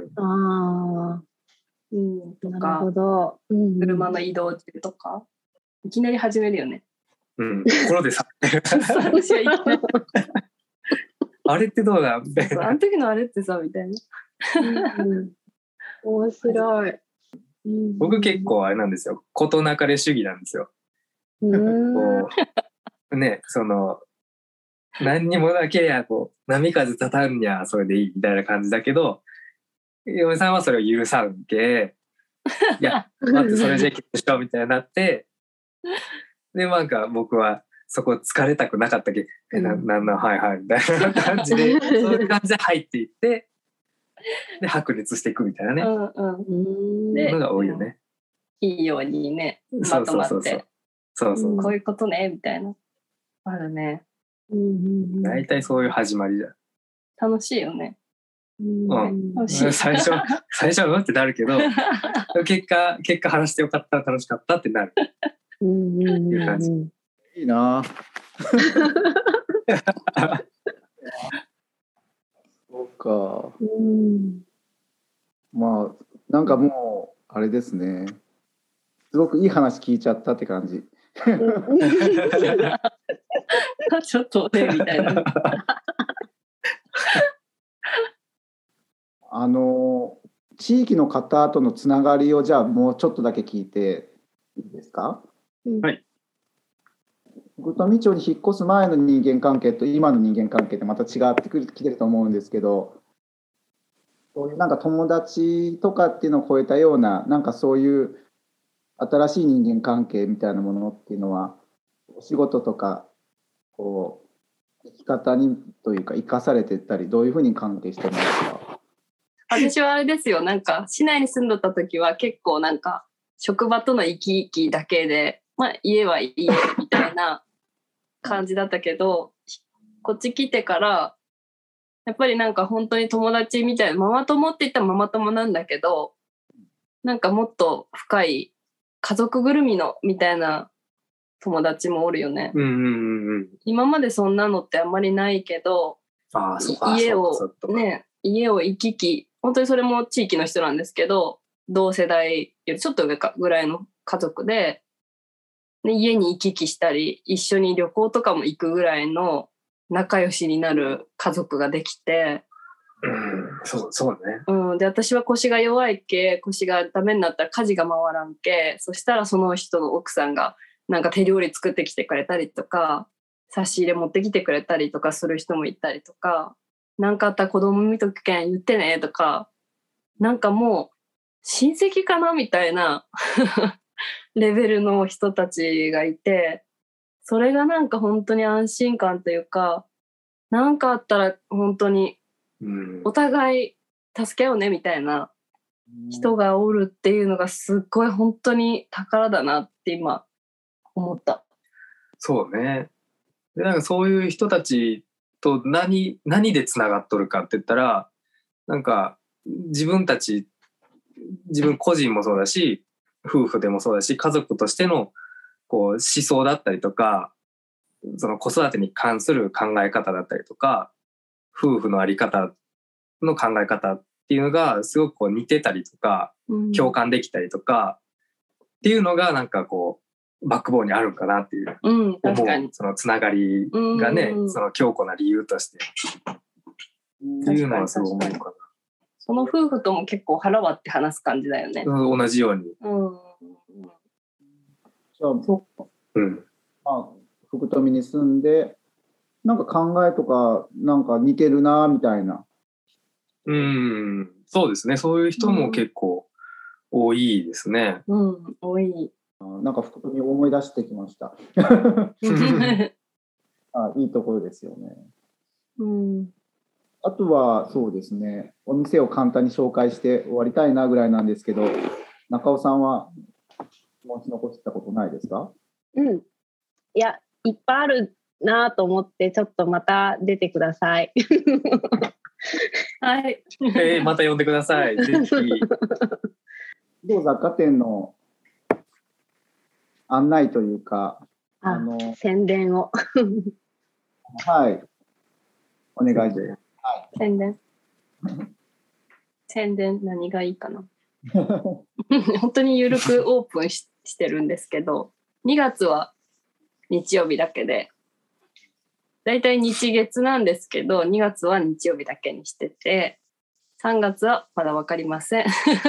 とか、 なるほど。 車の移動中とかいきなり始めるよね。 ところでさあれってどうだみたいな。 あの時のあれってさみたいな。 面白い。 僕結構あれなんですよ、事なかれ主義なんですよ。こうね、何にもなけりゃ波風立たんにゃそれでいいみたいな感じだけど、嫁さんはそれを許さんけ、いや待ってそれじゃ結婚しようみたいになって、でなんか僕はそこ疲れたくなかったけ、はいはいみたいな感じでそういう感じで入っていってで白熱していくみたいなね、のが多いよね。 いいようにねまとまってそうこういうことねみたいなあるね。 大体そういう始まりだ。 楽しいよね。 最初はうってなるけど結果話してよかった楽しかったってなるっていう感じ。 いいなそうか。まあなんかもうあれですね、すごくいい話聞いちゃったって感じ。 ちょっとねみたいな。 地域の方とのつながりをじゃあもうちょっとだけ聞いていいですか？ はい。 富町に引っ越す前の人間関係と今の人間関係ってまた違ってきてると思うんですけど、そういうなんか友達とかっていうのを超えたようななんかそういう新しい人間関係みたいなものっていうのはお仕事とかこう生き方にというか生かされていったりどういうふうに関係してますか？ 私はあれですよ、なんか市内に住んどった時は結構なんか職場との生き生きだけで、まあ家は家みたいな感じだったけどこっち来てからやっぱりなんか本当に友達みたいな、ママ友って言ったらママ友なんだけど、なんかもっと深い家族ぐるみのみたいな友達もおるよね。今までそんなのってあんまりないけど、家を行き来、本当にそれも地域の人なんですけど、同世代よりちょっと上かぐらいの家族で、家に行き来したり一緒に旅行とかも行くぐらいの仲良しになる家族ができて、 そうね。 で、私は腰が弱いけ、腰がダメになったら家事が回らんけ、そしたらその人の奥さんがなんか手料理作ってきてくれたりとか、差し入れ持ってきてくれたりとかする人もいたりとか、なんかあったら子供見とくけん言ってねとか、なんかもう親戚かなみたいなレベルの人たちがいて、それがなんか本当に安心感というか、なんかあったら本当にお互い助け合うねみたいな人がおるっていうのがすっごい本当に宝だなって今思った。 そうね。でなんかそういう人たちと何でつながっとるかって言ったら、なんか自分個人もそうだし、夫婦でもそうだし、家族としてのこう思想だったりとか、その子育てに関する考え方だったりとか、夫婦のあり方の考え方っていうのがすごくこう似てたりとか、共感できたりとかっていうのがなんかこうバックボーンにあるんかなっていう思う、 確かにそのつながりがね、その強固な理由としてっていうのはすごい思うかな。 その夫婦とも結構腹割って話す感じだよね。 同じように。 じゃあ、まあ、福富に住んで、なんか考えとか、なんか似てるな、みたいな。 そうですね。そういう人も結構多いですね。 多い。 なんか福富思い出してきました。いいところですよね。あとはそうですね、お店を簡単に紹介して終わりたいなぐらいなんですけど、中尾さんは持ち残したことないですか？ いや、いっぱいあるなと思って、ちょっとまた出てください。 はい。 また呼んでください。ぜひ。 某雑貨店の案内というか、 宣伝を。 はい。お願いします。 宣伝何がいいかな。本当にゆるくオープンしてるんですけど、2月は日曜日だけで、だいたい日月なんですけど、2月は日曜日だけにしてて、3月はまだ分かりません。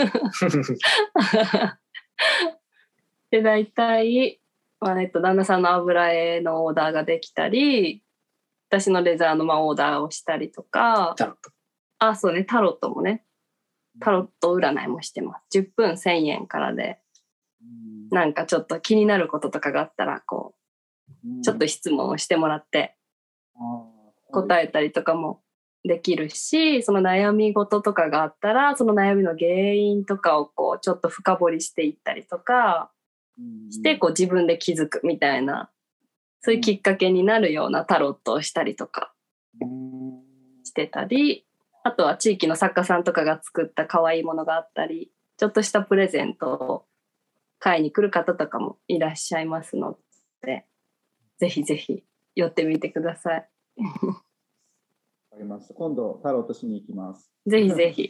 で、だいたい、旦那さんの油絵のオーダーができたり、私のレザーのオーダーをしたりとか、そうね、タロットもね、タロット占いもしてます。10分1000円からで、なんかちょっと気になることとかがあったら、こう、ちょっと質問をしてもらって、答えたりとかもできるし、その悩み事とかがあったら、その悩みの原因とかをこう、ちょっと深掘りしていったりとかして、こう自分で気づくみたいな、そういうきっかけになるようなタロットをしたりとかしてたり、あとは地域の作家さんとかが作った可愛いものがあったり、ちょっとしたプレゼントを買いに来る方とかもいらっしゃいますので、ぜひぜひ寄ってみてください。 わかりました。今度タロットしに行きます。 ぜひぜひ。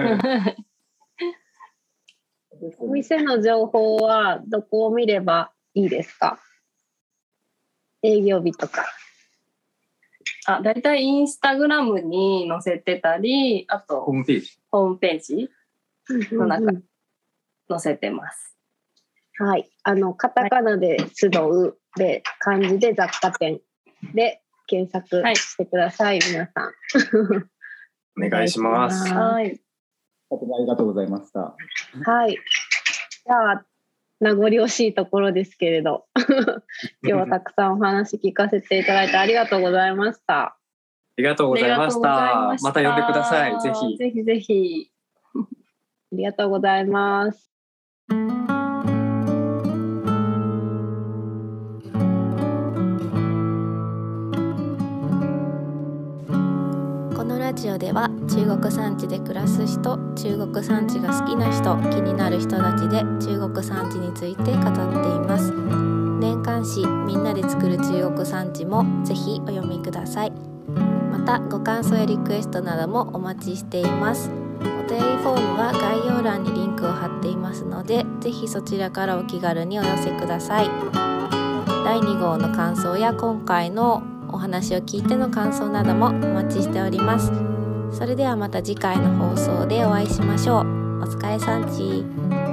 お店の情報はどこを見ればいいですか？営業日とか。 だいたいインスタグラムに載せてたり、あとホームページの中に載せてます。 はい。カタカナで集うで、漢字で雑貨店で検索してください、皆さん。 お願いします。 はい。 ありがとうございました。 はい。じゃあ、名残惜しいところですけれど、今日はたくさんお話聞かせていただいてありがとうございました。 ありがとうございました。また呼んでください。ぜひ。 ぜひぜひ。 ありがとうございます。 このラジオでは中国山地で暮らす人、中国山地が好きな人、気になる人たちで中国山地について語っています。年刊誌みんなで作る中国山地もぜひお読みください。またご感想やリクエストなどもお待ちしています。お便りフォームは概要欄にリンクを貼っていますので、ぜひそちらからお気軽にお寄せください。第2号の感想や今回のお話を聞いての感想などもお待ちしております。 それではまた次回の放送でお会いしましょう。お疲れさんち。